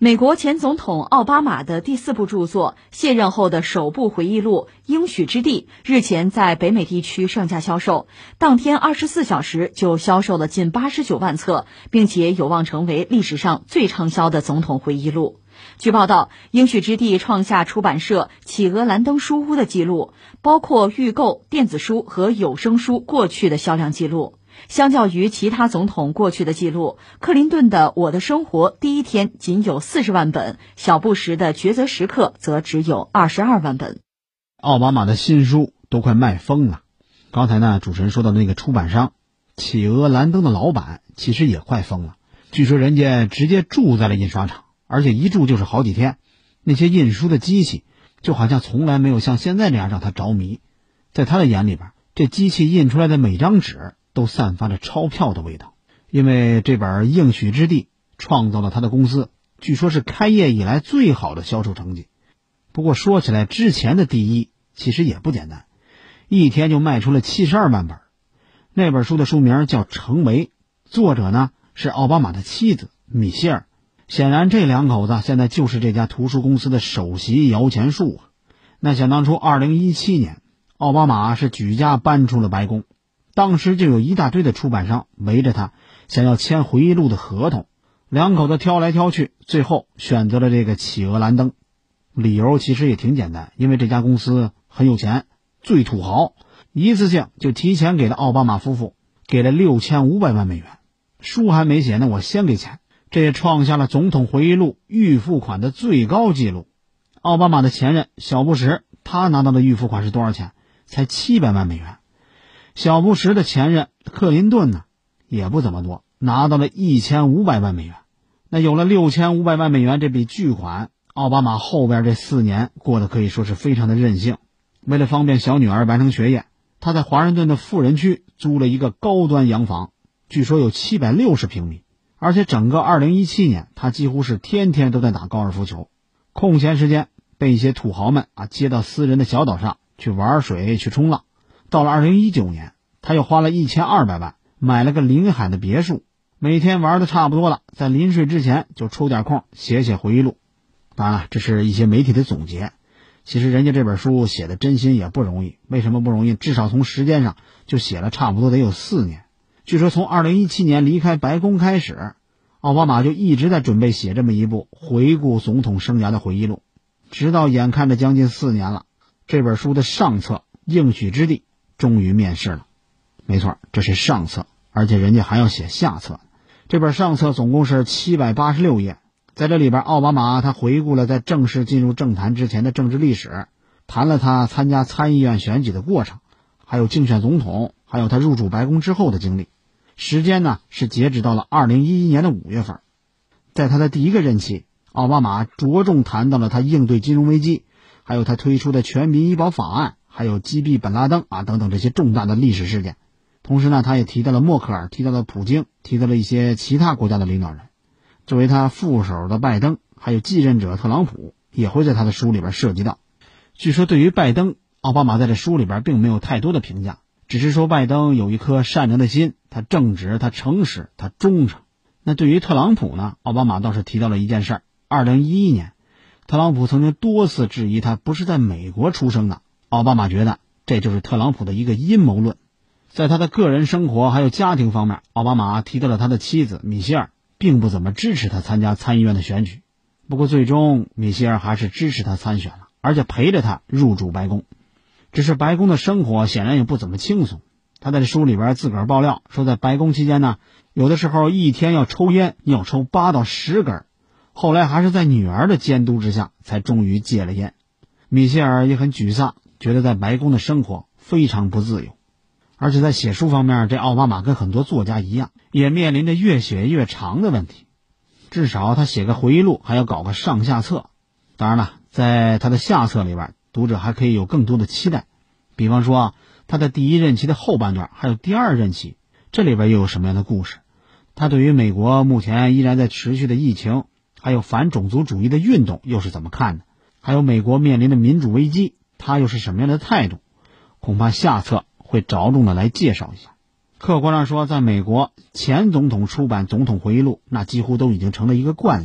美国前总统奥巴马的第4部著作，卸任后的首部回忆录《应许之地》日前在北美地区上架销售，当天24小时就销售了近89万册，并且有望成为历史上最畅销的总统回忆录。据报道，《应许之地》创下出版社企鹅蓝灯书屋的记录，包括预购、电子书和有声书过去的销量记录。相较于其他总统过去的记录，克林顿的《我的生活》第一天仅有40万本，小布什的《抉择时刻》则只有22万本。 奥巴马的新书都快卖疯了。刚才呢，主持人说到那个出版商企鹅蓝灯的老板其实也快疯了，据说人家直接住在了印刷厂，而且一住就是好几天。那些印书的机器就好像从来没有像现在这样让他着迷，在他的眼里边，这机器印出来的每张纸都散发着钞票的味道。因为这本《应许之地》创造了他的公司据说是开业以来最好的销售成绩。不过说起来，之前的第一其实也不简单，一天就卖出了72万本。那本书的书名叫《成为》，作者呢是奥巴马的妻子米歇尔。显然这两口子现在就是这家图书公司的首席摇钱树啊。那想当初2017年，奥巴马是举家搬出了白宫，当时就有一大堆的出版商围着他，想要签回忆录的合同。两口子挑来挑去，最后选择了这个企鹅蓝灯。理由其实也挺简单，因为这家公司很有钱，最土豪，一次性就提前给了奥巴马夫妇，给了6500万美元。书还没写呢，我先给钱。这也创下了总统回忆录预付款的最高纪录。奥巴马的前任小布什，他拿到的预付款是多少钱？才700万美元。小布什的前任克林顿呢，也不怎么多，拿到了1500万美元。那有了6500万美元这笔巨款，奥巴马后边这4年过得可以说是非常的任性。为了方便小女儿完成学业，他在华盛顿的富人区租了一个高端洋房，据说有760平米。而且整个2017年，他几乎是天天都在打高尔夫球，空闲时间被一些土豪们接到私人的小岛上去玩水去冲浪。到了2019年，他又花了1200万买了个临海的别墅，每天玩的差不多了，在临睡之前就抽点空写写回忆录。当然了，这是一些媒体的总结，其实人家这本书写的真心也不容易。为什么不容易？至少从时间上就写了差不多得有4年。据说从2017年离开白宫开始，奥巴马就一直在准备写这么一部回顾总统生涯的回忆录，直到眼看着将近4年了，这本书的上册《应许之地》终于面世了。没错，这是上册，而且人家还要写下册。这本上册总共是786页，在这里边，奥巴马他回顾了在正式进入政坛之前的政治历史，谈了他参加参议院选举的过程，还有竞选总统，还有他入主白宫之后的经历。时间呢是截止到了2011年的5月份。在他的第一个任期，奥巴马着重谈到了他应对金融危机，还有他推出的全民医保法案，还有击毙本拉登等等这些重大的历史事件。同时呢，他也提到了默克尔，提到了普京，提到了一些其他国家的领导人。作为他副手的拜登，还有继任者特朗普，也会在他的书里边涉及到。据说对于拜登，奥巴马在这书里边并没有太多的评价，只是说拜登有一颗善良的心，他正直，他诚实，他忠诚。那对于特朗普呢，奥巴马倒是提到了一件事儿。2011年，特朗普曾经多次质疑他不是在美国出生的，奥巴马觉得这就是特朗普的一个阴谋论。在他的个人生活还有家庭方面，奥巴马提到了他的妻子米歇尔并不怎么支持他参加参议院的选举，不过最终米歇尔还是支持他参选了，而且陪着他入主白宫。只是白宫的生活显然也不怎么轻松。他在书里边自个儿爆料说，在白宫期间呢，有的时候一天要抽烟要抽8到10根，后来还是在女儿的监督之下才终于戒了烟。米歇尔也很沮丧，觉得在白宫的生活非常不自由。而且在写书方面，这奥巴马跟很多作家一样，也面临着越写越长的问题。至少他写个回忆录还要搞个上下册。当然了，在他的下册里边，读者还可以有更多的期待。比方说他的第一任期的后半段，还有第二任期，这里边又有什么样的故事？他对于美国目前依然在持续的疫情，还有反种族主义的运动又是怎么看的？还有美国面临的民主危机，他又是什么样的态度？恐怕下册会着重的来介绍一下。客观上说，在美国前总统出版总统回忆录，那几乎都已经成了一个惯例。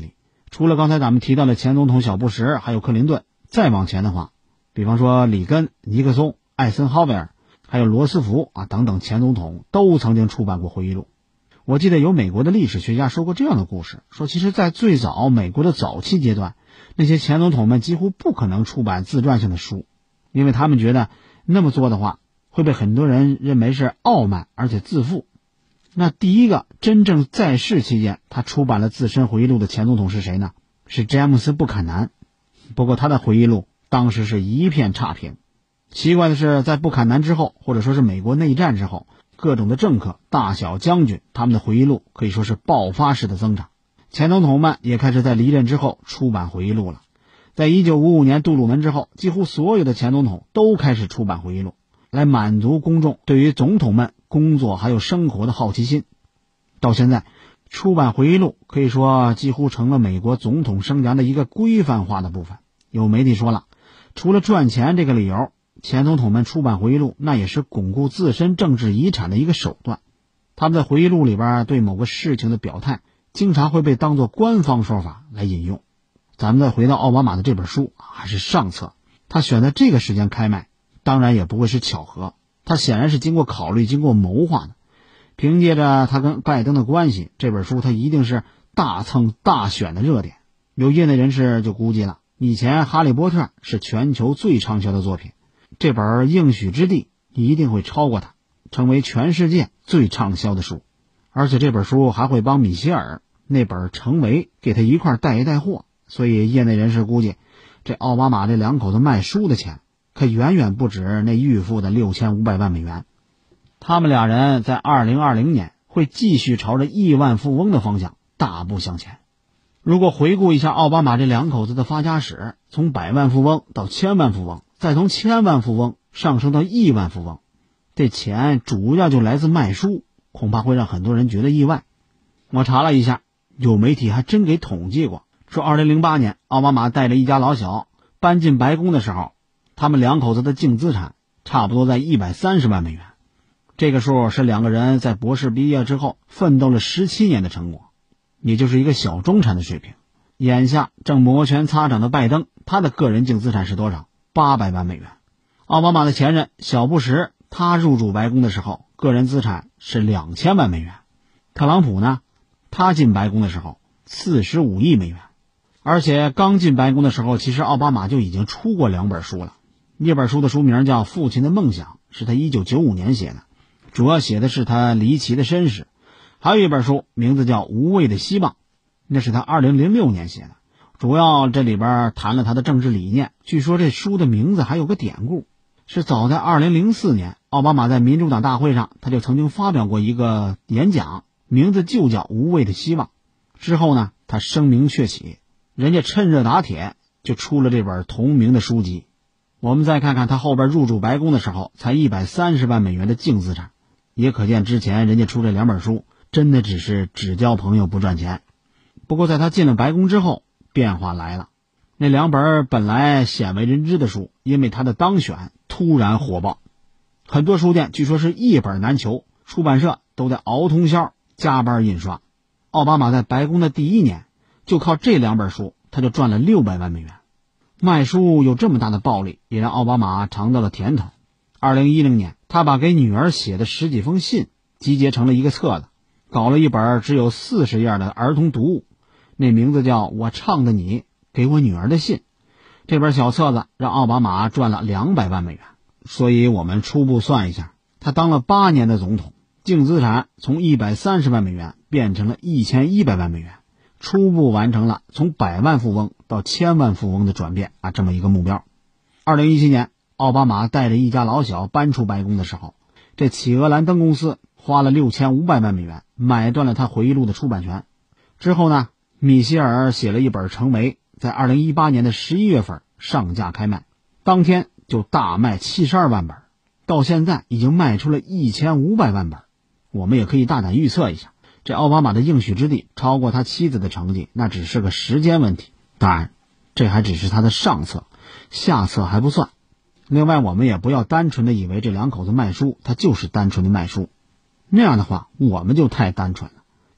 除了刚才咱们提到的前总统小布什还有克林顿，再往前的话，比方说里根、尼克松、艾森豪威尔还有罗斯福等等前总统都曾经出版过回忆录。我记得有美国的历史学家说过这样的故事，说其实在最早美国的早期阶段，那些前总统们几乎不可能出版自传性的书，因为他们觉得那么做的话会被很多人认为是傲慢而且自负。那第一个真正在世期间他出版了自身回忆录的前总统是谁呢？是詹姆斯·布坎南。不过他的回忆录当时是一片差评。奇怪的是，在布坎南之后，或者说是美国内战之后，各种的政客、大小将军，他们的回忆录可以说是爆发式的增长。前总统们也开始在离任之后出版回忆录了。在1955年杜鲁门之后，几乎所有的前总统都开始出版回忆录，来满足公众对于总统们工作还有生活的好奇心。到现在，出版回忆录可以说几乎成了美国总统生涯的一个规范化的部分。有媒体说了，除了赚钱这个理由，前总统们出版回忆录那也是巩固自身政治遗产的一个手段。他们在回忆录里边对某个事情的表态经常会被当作官方说法来引用。咱们再回到奥巴马的这本书，还是上册，他选在这个时间开卖当然也不会是巧合，他显然是经过考虑经过谋划的。凭借着他跟拜登的关系，这本书他一定是大蹭大选的热点。有业内人士就估计了，以前哈利波特是全球最畅销的作品，这本应许之地一定会超过它，成为全世界最畅销的书。而且这本书还会帮米歇尔那本成为给他一块带一带货，所以业内人士估计这奥巴马这两口子卖书的钱可远远不止那预付的6500万美元。他们俩人在2020年会继续朝着亿万富翁的方向大步向前。如果回顾一下奥巴马这两口子的发家史，从百万富翁到千万富翁，再从千万富翁上升到亿万富翁，这钱主要就来自卖书，恐怕会让很多人觉得意外。我查了一下，有媒体还真给统计过，说2008年奥巴马带着一家老小搬进白宫的时候，他们两口子的净资产差不多在130万美元。这个数是两个人在博士毕业之后奋斗了17年的成果，也就是一个小中产的水平。眼下正摩拳擦掌的拜登，他的个人净资产是多少？800万美元。奥巴马的前任小布什，他入主白宫的时候个人资产是2000万美元。特朗普呢，他进白宫的时候45亿美元。而且刚进白宫的时候，其实奥巴马就已经出过2本书了。一本书的书名叫《父亲的梦想》，是他1995年写的，主要写的是他离奇的身世。还有一本书名字叫《无畏的希望》，那是他2006年写的，主要这里边谈了他的政治理念。据说这书的名字还有个典故，是早在2004年奥巴马在民主党大会上，他就曾经发表过一个演讲，名字就叫《无畏的希望》。之后呢，他声名鹊起，人家趁热打铁就出了这本同名的书籍。我们再看看他后边入主白宫的时候才130万美元的净资产，也可见之前人家出这2本书真的只是只交朋友不赚钱。不过在他进了白宫之后，变化来了。那2本本来鲜为人知的书，因为他的当选突然火爆，很多书店据说是一本难求，出版社都在熬通宵加班印刷。奥巴马在白宫的第1年就靠这2本书他就赚了600万美元。卖书有这么大的暴利，也让奥巴马尝到了甜头。2010年他把给女儿写的10几封信集结成了一个册子，搞了一本只有40页的儿童读物，那名字叫《我唱的你给我女儿的信》。这本小册子让奥巴马赚了200万美元。所以我们初步算一下，他当了8年的总统，净资产从130万美元变成了1100万美元，初步完成了从百万富翁到千万富翁的转变这么一个目标。2017年奥巴马带着一家老小搬出白宫的时候，这企鹅兰登公司花了6500万美元买断了他回忆录的出版权。之后呢，米歇尔写了一本《成为》，在2018年的11月份上架开卖，当天就大卖72万本，到现在已经卖出了1500万本。我们也可以大胆预测一下，这奥巴马的应许之地超过他妻子的成绩，那只是个时间问题。当然这还只是他的上策，下策还不算。另外我们也不要单纯的以为这两口子卖书他就是单纯的卖书，那样的话我们就太单纯了。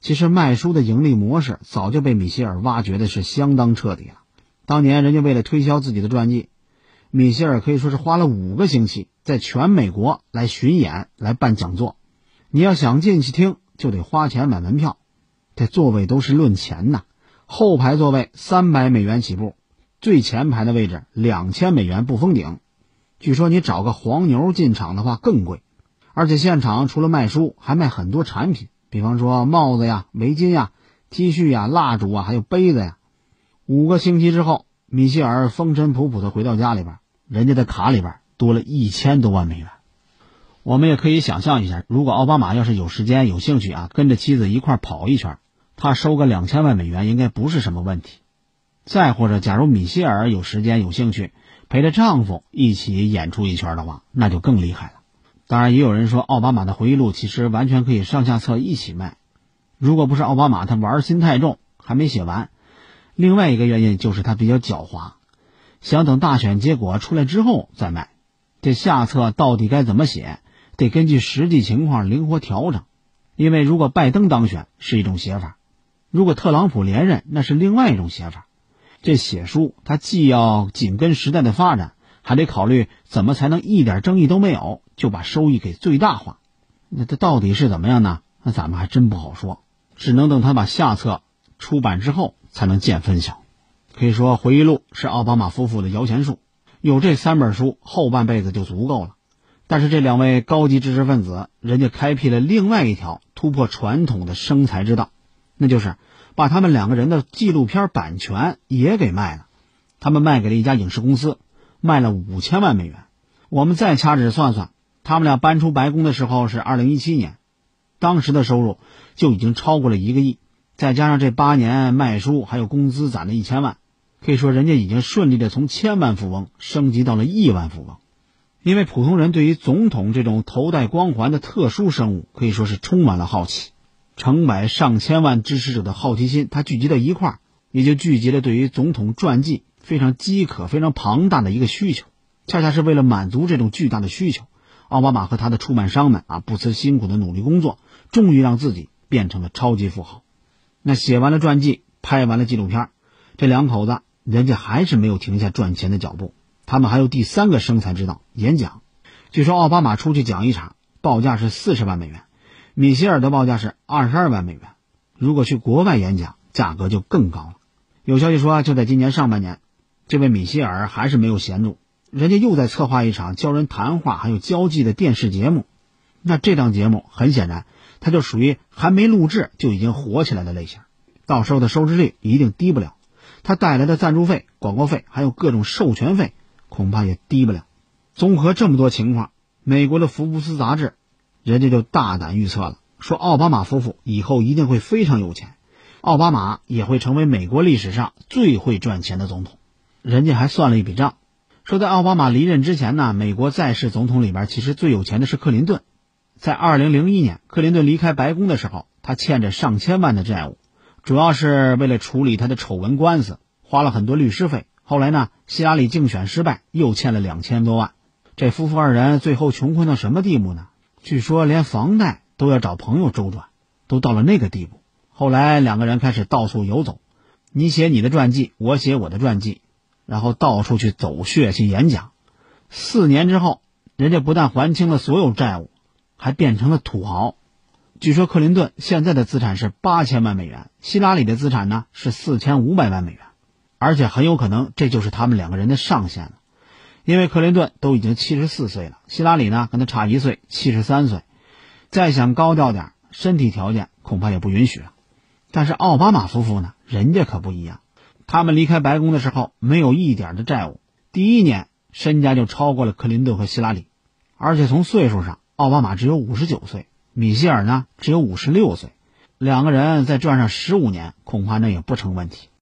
其实卖书的盈利模式早就被米歇尔挖掘的是相当彻底了。当年人家为了推销自己的传记，米歇尔可以说是花了5个星期在全美国来巡演，来办讲座。你要想进去听，就得花钱买门票，这座位都是论钱呐。后排座位300美元起步，最前排的位置2000美元不封顶。据说你找个黄牛进场的话更贵。而且现场除了卖书，还卖很多产品，比方说帽子呀、围巾呀、T 恤呀、蜡烛啊，还有杯子呀。5个星期之后，米歇尔风尘仆仆地回到家里边，人家的卡里边多了1000多万美元。我们也可以想象一下，如果奥巴马要是有时间有兴趣跟着妻子一块跑一圈，他收个2000万美元应该不是什么问题。再或者假如米歇尔有时间有兴趣陪着丈夫一起演出一圈的话，那就更厉害了。当然也有人说，奥巴马的回忆录其实完全可以上下册一起卖。如果不是奥巴马他玩心太重还没写完，另外一个原因就是他比较狡猾，想等大选结果出来之后再卖。这下册到底该怎么写，得根据实际情况灵活调整。因为如果拜登当选是一种写法，如果特朗普连任那是另外一种写法。这写书他既要紧跟时代的发展，还得考虑怎么才能一点争议都没有就把收益给最大化。那这到底是怎么样呢？那咱们还真不好说，只能等他把下册出版之后才能见分晓。可以说回忆录是奥巴马夫妇的摇钱树，有这3本书后半辈子就足够了。但是这2位高级知识分子，人家开辟了另外一条突破传统的生财之道，那就是把他们2个人的纪录片版权也给卖了。他们卖给了一家影视公司，卖了5000万美元。我们再掐指算算，他们俩搬出白宫的时候是2017年，当时的收入就已经超过了1个亿，再加上这8年卖书还有工资攒了1000万，可以说人家已经顺利的从千万富翁升级到了亿万富翁。因为普通人对于总统这种头戴光环的特殊生物可以说是充满了好奇，成百上千万支持者的好奇心它聚集到一块儿，也就聚集了对于总统传记非常饥渴非常庞大的一个需求。恰恰是为了满足这种巨大的需求，奥巴马和他的出版商们不辞辛苦的努力工作，终于让自己变成了超级富豪。那写完了传记，拍完了纪录片，这2口子人家还是没有停下赚钱的脚步。他们还有第3个生财之道，演讲。据说奥巴马出去讲一场报价是40万美元，米歇尔的报价是22万美元。如果去国外演讲，价格就更高了。有消息说就在今年上半年，这位米歇尔还是没有闲住，人家又在策划一场教人谈话还有交际的电视节目。那这档节目很显然它就属于还没录制就已经火起来的类型，到时候的收视率一定低不了，它带来的赞助费、广告费还有各种授权费恐怕也低不了。综合这么多情况，美国的福布斯杂志人家就大胆预测了，说奥巴马夫妇以后一定会非常有钱，奥巴马也会成为美国历史上最会赚钱的总统。人家还算了一笔账，说在奥巴马离任之前呢，美国在世总统里边其实最有钱的是克林顿。在2001年克林顿离开白宫的时候，他欠着上千万的债务，主要是为了处理他的丑闻官司，花了很多律师费。后来呢，希拉里竞选失败，又欠了2000多万。这夫妇2人最后穷困到什么地步呢？据说连房贷都要找朋友周转，都到了那个地步。后来2个人开始到处游走，你写你的传记，我写我的传记，然后到处去走穴去演讲。4年之后，人家不但还清了所有债务，还变成了土豪。据说克林顿现在的资产是8000万美元，希拉里的资产呢是4500万美元。而且很有可能这就是他们2个人的上限了，因为克林顿都已经74岁了，希拉里呢跟他差1岁，73岁，再想高调点，身体条件恐怕也不允许了。但是奥巴马夫妇呢，人家可不一样，他们离开白宫的时候没有一点的债务，第1年身家就超过了克林顿和希拉里。而且从岁数上，奥巴马只有59岁，米歇尔呢只有56岁，2个人再赚上15年，恐怕那也不成问题。